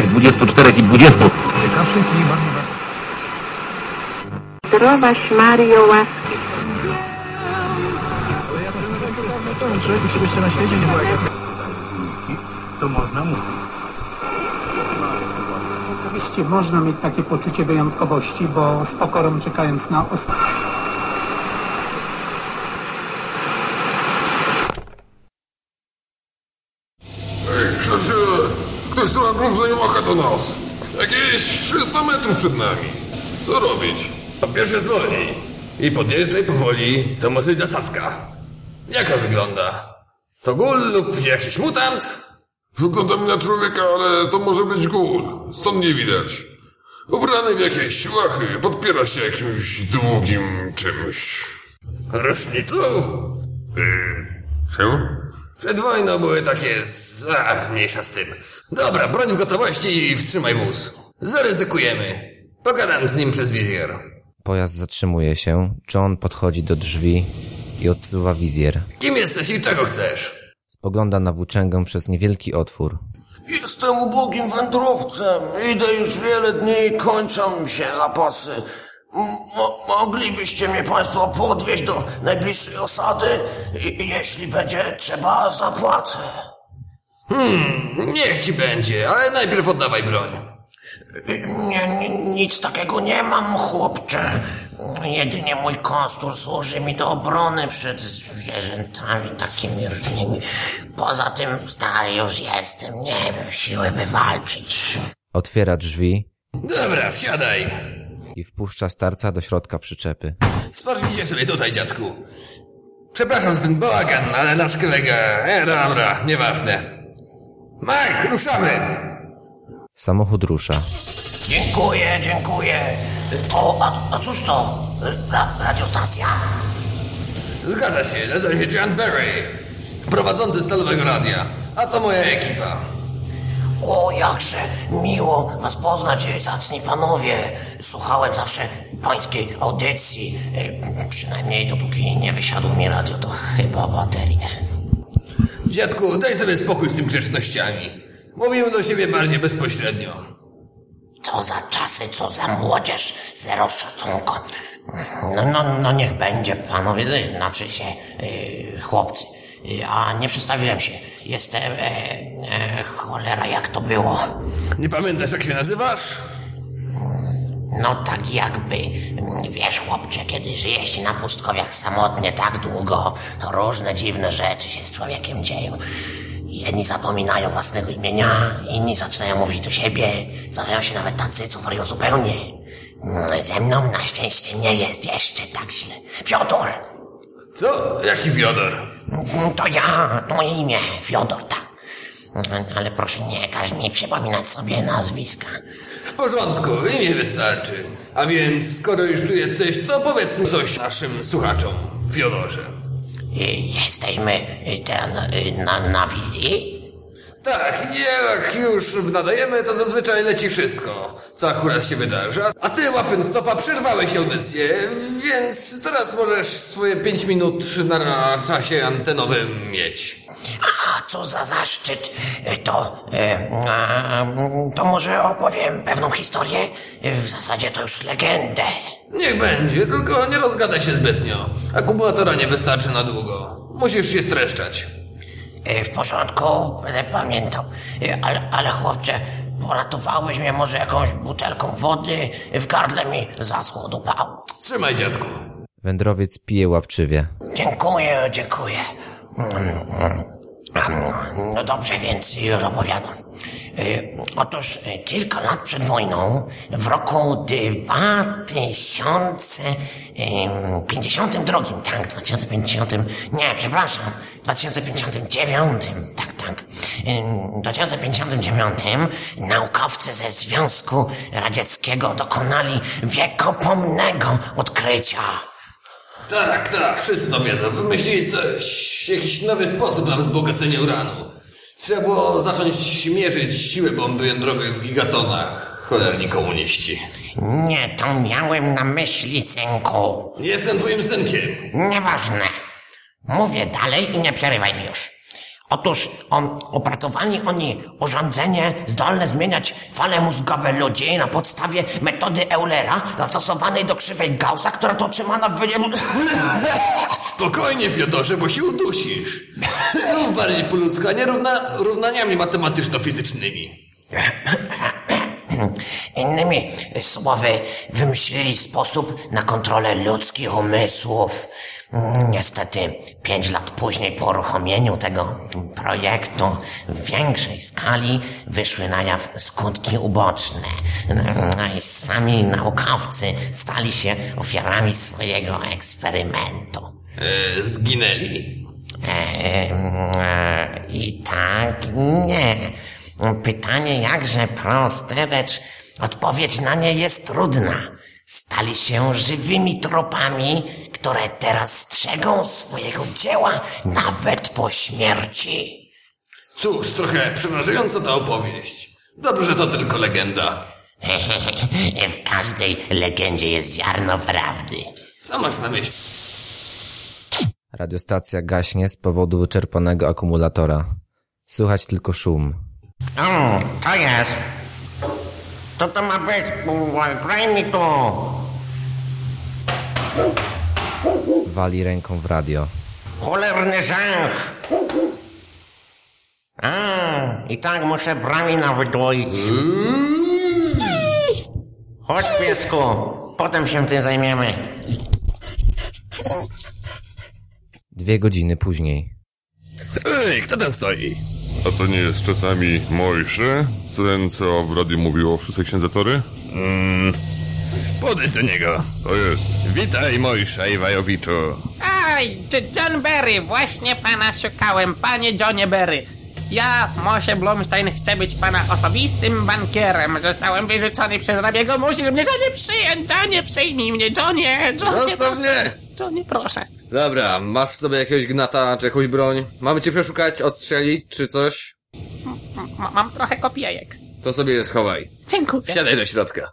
24 i 20. Zdrowaś Maryjo, łaski. To można mówić. Oczywiście można mieć takie poczucie wyjątkowości, bo z pokorą czekając na Ej, przyjaciele! Ktoś tu na brzuchu macha do nas! Jakieś 300 metrów przed nami! Co robić? Po pierwsze zwolnij i podjeżdżaj powoli, to może być zasadzka. Jak on wygląda? To gul lub jakiś mutant? Wygląda mi na człowieka, ale to może być gul. Stąd nie widać. Ubrany w jakieś łachy, podpiera się jakimś długim czymś. Rocznicą? Czemu? Przed wojną były takie mniejsza z tym. Dobra, broń w gotowości i wstrzymaj wóz. Zaryzykujemy. Pogadam z nim przez wizjer. Pojazd zatrzymuje się, John podchodzi do drzwi i odsuwa wizjer. Kim jesteś i czego chcesz? Spogląda na włóczęgę przez niewielki otwór. Jestem ubogim wędrowcem. Idę już wiele dni, kończą mi się zapasy. Moglibyście mnie państwo podwieźć do najbliższej osady? Jeśli będzie trzeba, zapłacę. Niech ci będzie, ale najpierw oddawaj broń. Nic takiego nie mam, chłopcze. Jedynie mój kostur służy mi do obrony przed zwierzętami takimi różnymi. Poza tym stary już jestem, nie mam siły wywalczyć. Otwiera drzwi. Dobra, wsiadaj. I wpuszcza starca do środka przyczepy. Spocznijcie sobie tutaj, dziadku. Przepraszam za ten bałagan, ale nasz kolega... dobra, nieważne. Mike, ruszamy! Samochód rusza. Dziękuję. A cóż to? Radiostacja? Zgadza się, nazywa się John Barry. Prowadzący stalowego radia. A to moja ekipa. O, jakże miło was poznać, zacni panowie. Słuchałem zawsze pańskiej audycji. Przynajmniej dopóki nie wysiadło mi radio, to chyba baterie. Dziadku, daj sobie spokój z tym grzecznościami. Mówimy do siebie bardziej bezpośrednio. Co za czasy, co za młodzież, zero szacunku. No niech będzie, panowie, znaczy się chłopcy. A nie przedstawiłem się. Jestem, cholera, jak to było? Nie pamiętasz, jak się nazywasz? No tak jakby, wiesz chłopcze, kiedy żyje się na pustkowiach samotnie tak długo, to różne dziwne rzeczy się z człowiekiem dzieją. Jedni zapominają własnego imienia, inni zaczynają mówić do siebie, zdarzają się nawet tacy, co wariują zupełnie. Ze mną na szczęście nie jest jeszcze tak źle. Fiodor! Co? Jaki Fiodor? To ja, to moje imię, Fiodor, tak. Ale proszę nie każ mi przypominać sobie nazwiska. W porządku, imię wystarczy. A więc, skoro już tu jesteś, to powiedzmy coś naszym słuchaczom, Fiodorze. Jesteśmy teraz na wizji? Tak, jak już nadajemy, to zazwyczaj leci wszystko, co akurat się wydarza. A ty, łapiąc stopa, przerwałeś audycję, więc teraz możesz swoje 5 minut na czasie antenowym mieć. A co za zaszczyt. To może opowiem pewną historię? W zasadzie to już legendę. Niech będzie, tylko nie rozgadaj się zbytnio. Akumulatora nie wystarczy na długo. Musisz się streszczać. W porządku, będę pamiętał. Ale chłopcze, poratowałeś mnie może jakąś butelką wody? W gardle mi zaschło do pału. Trzymaj, dziadku. Wędrowiec pije łapczywie. Dziękuję. No dobrze, więc już opowiadam. Otóż kilka lat przed wojną, w roku 2052, tak, 2059, tak. W 2059 naukowcy ze Związku Radzieckiego dokonali wiekopomnego odkrycia. Tak, wszyscy to wiedzą. Wymyślili coś, jakiś nowy sposób na wzbogacenie uranu. Trzeba było zacząć mierzyć siłę bomby jądrowej w gigatonach, cholerni komuniści. Nie, to miałem na myśli, synku. Jestem twoim synkiem. Nieważne. Mówię dalej i nie przerywaj mi już. Otóż opracowali oni urządzenie zdolne zmieniać fale mózgowe ludzi na podstawie metody Eulera zastosowanej do krzywej Gaussa, która to otrzymana w Spokojnie, Fiodorze, bo się udusisz. Mów bardziej po ludzku, a nie równaniami matematyczno-fizycznymi. Innymi słowy, wymyślili sposób na kontrolę ludzkich umysłów. Niestety, 5 lat później po uruchomieniu tego projektu w większej skali wyszły na jaw skutki uboczne. No i sami naukowcy stali się ofiarami swojego eksperymentu. Zginęli? I tak, nie. Pytanie jakże proste, lecz odpowiedź na nie jest trudna. Stali się żywymi trupami, które teraz strzegą swojego dzieła nawet po śmierci. Cóż, trochę przerażająca ta opowieść. Dobrze, że to tylko legenda. W każdej legendzie jest ziarno prawdy. Co masz na myśli? Radiostacja gaśnie z powodu wyczerpanego akumulatora. Słychać tylko szum. To jest. Co to ma być? Graj mi tu. Wali ręką w radio. Cholerny żęch. I tak muszę bramina wydłoić. Chodź, piesku. Potem się tym zajmiemy. 2 godziny później. Ej, kto tam stoi? A to nie jest czasami Mojsze? Ten, co w radiu mówił o 6 księdze Tory? Podejdź do niego. To jest. Witaj, Mojsza Iwajowiczu. Aj, John Berry, właśnie pana szukałem, panie Johnie Berry. Ja, Mosie Blumstein, chcę być pana osobistym bankierem. Zostałem wyrzucony przez rabiego. Musisz mnie, Johnie, przyjąć. Johnie, przyjmij mnie, Johnie. Zostaw mnie! Johnie, proszę. Dobra, masz w sobie jakiegoś gnata czy jakąś broń? Mamy cię przeszukać, odstrzelić czy coś? Mam trochę kopijek. To sobie je schowaj. Dziękuję. Wsiadaj do środka.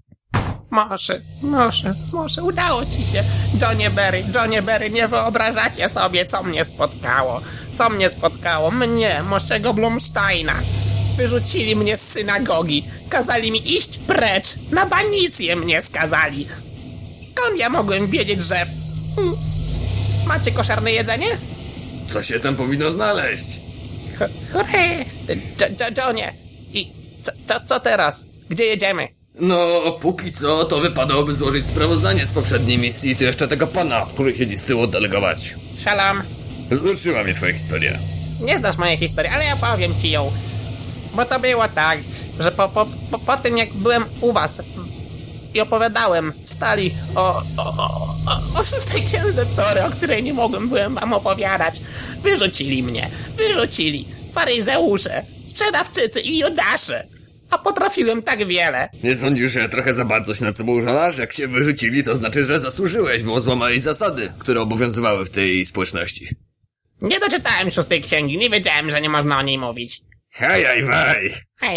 Może, udało ci się. Johnie Berry, nie wyobrażacie sobie, co mnie spotkało. Mnie, Moszego Blumsteina. Wyrzucili mnie z synagogi. Kazali mi iść precz. Na banicję mnie skazali. Skąd ja mogłem wiedzieć, że... Macie koszerne jedzenie? Co się tam powinno znaleźć? Hurry! Johnie! I co teraz? Gdzie jedziemy? No, póki co, to wypadałoby złożyć sprawozdanie z poprzedniej misji i tu jeszcze tego pana, który siedzi z tyłu, oddelegować. Shalom. Zatrzyma mnie twoja historia. Nie znasz mojej historii, ale ja powiem ci ją. Bo to było tak, że po tym jak byłem u was i opowiadałem w stali o 6 księdze Tory, o której nie byłem wam opowiadać. Wyrzucili mnie. Faryzeusze, sprzedawczycy i judasze. A potrafiłem tak wiele. Nie sądzisz, że trochę za bardzo się na co użalasz? Jak się wyrzucili, to znaczy, że zasłużyłeś, bo złamałeś zasady, które obowiązywały w tej społeczności. Nie doczytałem 6 księgi, nie wiedziałem, że nie można o niej mówić. Hej, waj.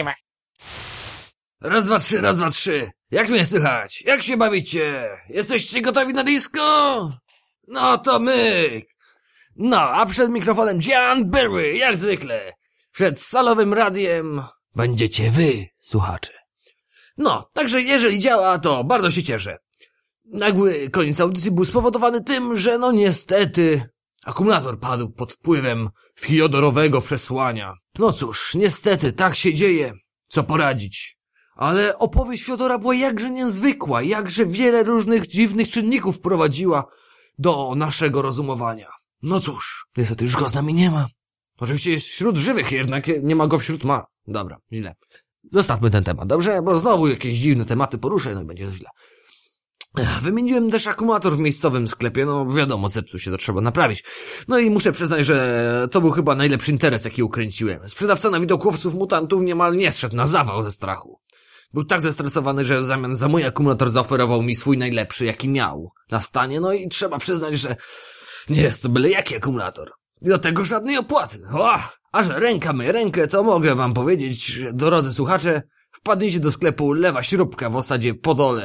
Raz, dwa, trzy. Jak mnie słychać? Jak się bawicie? Jesteście gotowi na disco? No to myk. No, a przed mikrofonem John Berry, jak zwykle. Przed salowym radiem będziecie wy, słuchacze. No, także jeżeli działa, to bardzo się cieszę. Nagły koniec audycji był spowodowany tym, że no niestety akumulator padł pod wpływem fiodorowego przesłania. No cóż, niestety tak się dzieje. Co poradzić? Ale opowieść Fiodora była jakże niezwykła, jakże wiele różnych dziwnych czynników wprowadziła do naszego rozumowania. No cóż, niestety już go z nami nie ma. Oczywiście jest wśród żywych, jednak nie ma go wśród ma. Dobra, źle. Zostawmy ten temat, dobrze? Bo znowu jakieś dziwne tematy poruszę, no i będzie źle. Wymieniłem też akumulator w miejscowym sklepie, no wiadomo, zepsuł się, to trzeba naprawić. No i muszę przyznać, że to był chyba najlepszy interes, jaki ukręciłem. Sprzedawca na widok łowców mutantów niemal nie zszedł na zawał ze strachu. Był tak zestresowany, że w zamian za mój akumulator zaoferował mi swój najlepszy, jaki miał na stanie, no i trzeba przyznać, że nie jest to byle jaki akumulator. I do tego żadnej opłaty. A że ręka myje rękę, to mogę wam powiedzieć, drodzy słuchacze, wpadnijcie do sklepu Lewa Śrubka w osadzie Podole.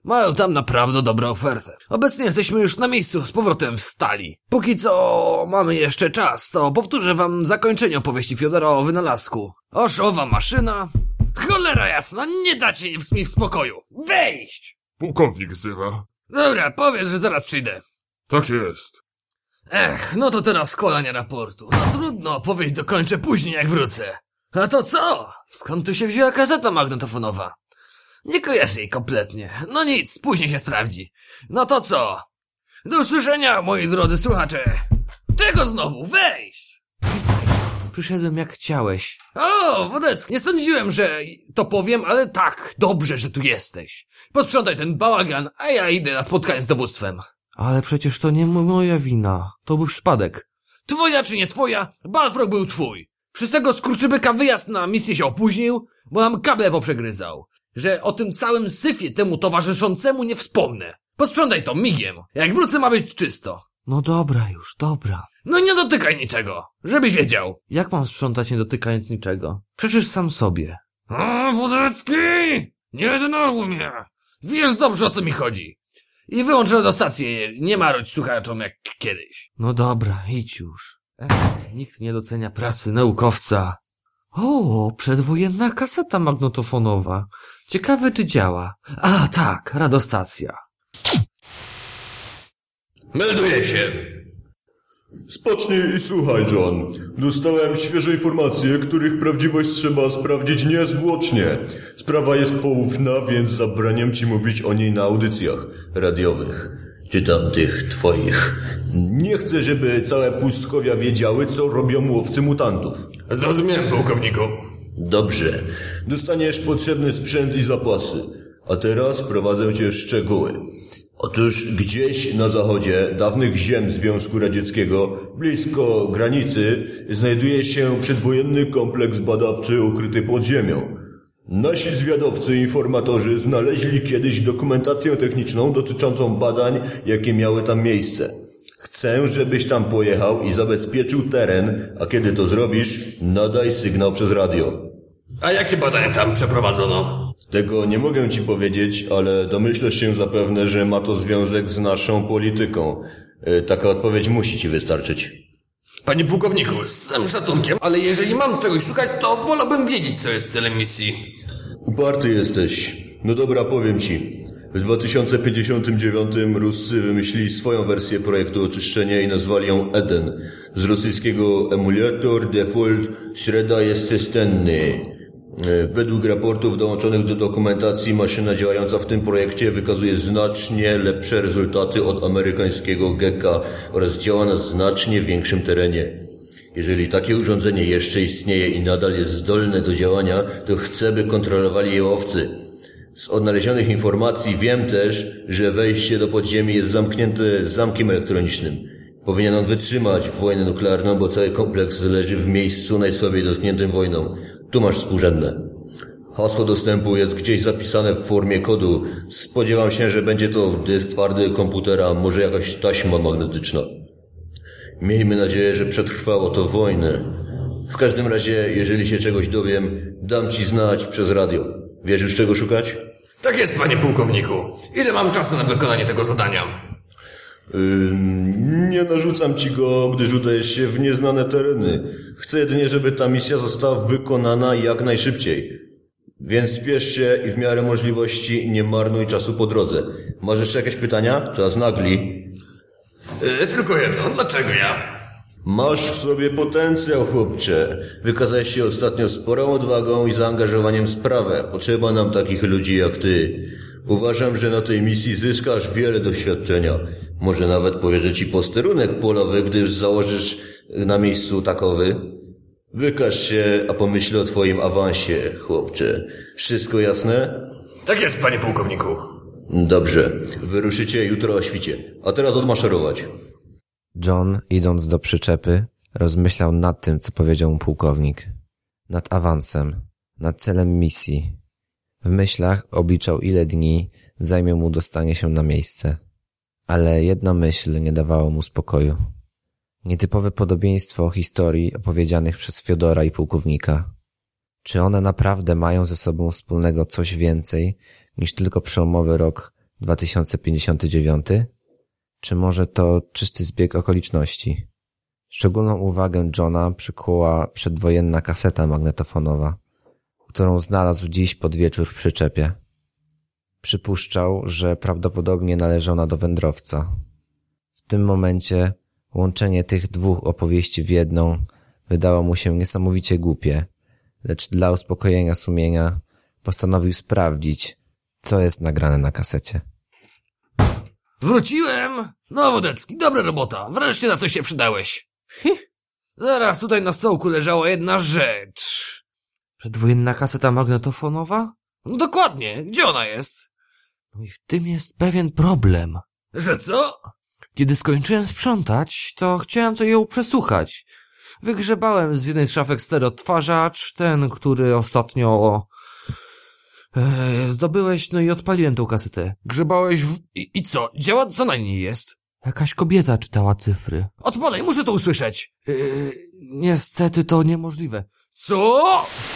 Mają tam naprawdę dobrą ofertę. Obecnie jesteśmy już na miejscu z powrotem w Stali. Póki co mamy jeszcze czas, to powtórzę wam zakończenie opowieści Fiodora o wynalazku. Oż owa maszyna... Cholera jasna, nie dacie mi w spokoju. Wejść! Pułkownik wzywa. Dobra, powiedz, że zaraz przyjdę. Tak jest. No to teraz składanie raportu. No trudno, opowieść dokończę później jak wrócę. A to co? Skąd tu się wzięła kaseta magnetofonowa? Nie kojarzę jej kompletnie. No nic, później się sprawdzi. No to co? Do usłyszenia, moi drodzy słuchacze. Czego znowu? Wejść! Przyszedłem jak chciałeś. O, Wodecki, nie sądziłem, że to powiem, ale tak, dobrze, że tu jesteś. Posprzątaj ten bałagan, a ja idę na spotkanie z dowództwem. Ale przecież to nie moja wina. To był przypadek. Twoja czy nie twoja, Balfrog był twój. Przez tego skurczybyka wyjazd na misję się opóźnił, bo nam kable poprzegryzał. Że o tym całym syfie temu towarzyszącemu nie wspomnę. Posprzątaj to migiem. Jak wrócę, ma być czysto. No dobra już, dobra. No nie dotykaj niczego, żebyś wiedział. Jak mam sprzątać nie dotykając niczego? Przecież sam sobie. Wodecki! Nie denerwuj mnie! Wiesz dobrze, o co mi chodzi. I wyłącz radiostację, nie marudź słuchaczom jak kiedyś. No dobra, idź już. Nikt nie docenia pracy naukowca. O, przedwojenna kaseta magnetofonowa. Ciekawe, czy działa. A, tak, radiostacja. Melduję się. Spocznij i słuchaj, John. Dostałem świeże informacje, których prawdziwość trzeba sprawdzić niezwłocznie. Sprawa jest poufna, więc zabraniam ci mówić o niej na audycjach radiowych. Czy tam tych twoich. Nie chcę, żeby całe pustkowia wiedziały, co robią łowcy mutantów. Zrozumiałem, pułkowniku. Dobrze. Dostaniesz potrzebny sprzęt i zapasy. A teraz prowadzę cię w szczegóły. Otóż gdzieś na zachodzie dawnych ziem Związku Radzieckiego, blisko granicy, znajduje się przedwojenny kompleks badawczy ukryty pod ziemią. Nasi zwiadowcy i informatorzy znaleźli kiedyś dokumentację techniczną dotyczącą badań, jakie miały tam miejsce. Chcę, żebyś tam pojechał i zabezpieczył teren, a kiedy to zrobisz, nadaj sygnał przez radio. A jakie badania tam przeprowadzono? Tego nie mogę ci powiedzieć, ale domyślasz się zapewne, że ma to związek z naszą polityką. Taka odpowiedź musi ci wystarczyć. Panie pułkowniku, z całym szacunkiem, ale jeżeli mam czegoś szukać, to wolałbym wiedzieć, co jest celem misji. Uparty jesteś. No dobra, powiem ci. W 2059 Ruscy wymyślili swoją wersję projektu oczyszczenia i nazwali ją Eden. Z rosyjskiego emulator default średa jestestenny. Według raportów dołączonych do dokumentacji maszyna działająca w tym projekcie wykazuje znacznie lepsze rezultaty od amerykańskiego Gecka oraz działa na znacznie większym terenie. Jeżeli takie urządzenie jeszcze istnieje i nadal jest zdolne do działania, to chcę, by kontrolowali je łowcy. Z odnalezionych informacji wiem też, że wejście do podziemi jest zamknięte zamkiem elektronicznym. Powinien on wytrzymać wojnę nuklearną, bo cały kompleks leży w miejscu najsłabiej dotkniętym wojną. Tu masz współrzędne. Hasło dostępu jest gdzieś zapisane w formie kodu. Spodziewam się, że będzie to dysk twardy komputera, może jakaś taśma magnetyczna. Miejmy nadzieję, że przetrwało to wojnę. W każdym razie, jeżeli się czegoś dowiem, dam ci znać przez radio. Wiesz już czego szukać? Tak jest, panie pułkowniku. Ile mam czasu na wykonanie tego zadania? Nie narzucam ci go, gdyż udajesz się w nieznane tereny. Chcę jedynie, żeby ta misja została wykonana jak najszybciej. Więc spiesz się i w miarę możliwości nie marnuj czasu po drodze. Masz jeszcze jakieś pytania? Czas nagli. Tylko jedno. Dlaczego ja? Masz w sobie potencjał, chłopcze. Wykazałeś się ostatnio sporą odwagą i zaangażowaniem w sprawę. Potrzeba nam takich ludzi jak ty. Uważam, że na tej misji zyskasz wiele doświadczenia. Może nawet powierzę ci posterunek polowy, gdyż założysz na miejscu takowy. Wykaż się, a pomyśl o twoim awansie, chłopcze. Wszystko jasne? Tak jest, panie pułkowniku. Dobrze. Wyruszycie jutro o świcie. A teraz odmaszerować. John, idąc do przyczepy, rozmyślał nad tym, co powiedział mu pułkownik. Nad awansem, nad celem misji. W myślach obliczał, ile dni zajmie mu dostanie się na miejsce. Ale jedna myśl nie dawała mu spokoju. Nietypowe podobieństwo historii opowiedzianych przez Fiodora i pułkownika. Czy one naprawdę mają ze sobą wspólnego coś więcej niż tylko przełomowy rok 2059? Czy może to czysty zbieg okoliczności? Szczególną uwagę Johna przykuła przedwojenna kaseta magnetofonowa, którą znalazł dziś pod wieczór w przyczepie. Przypuszczał, że prawdopodobnie należy ona do wędrowca. W tym momencie łączenie tych dwóch opowieści w jedną wydało mu się niesamowicie głupie, lecz dla uspokojenia sumienia postanowił sprawdzić, co jest nagrane na kasecie. Wróciłem! No, Wodecki, dobra robota. Wreszcie na coś się przydałeś. Zaraz tutaj na stołku leżała jedna rzecz. Przedwojenna kaseta magnetofonowa? No, dokładnie. Gdzie ona jest? No i w tym jest pewien problem. Że co? Kiedy skończyłem sprzątać, to chciałem co ją przesłuchać. Wygrzebałem z jednej z szafek stereodtwarzacz, ten, który ostatnio zdobyłeś, no i odpaliłem tą kasetę. Grzebałeś I co? Działa? Co na niej jest? Jakaś kobieta czytała cyfry. Odpalaj, muszę to usłyszeć. Niestety to niemożliwe. Co?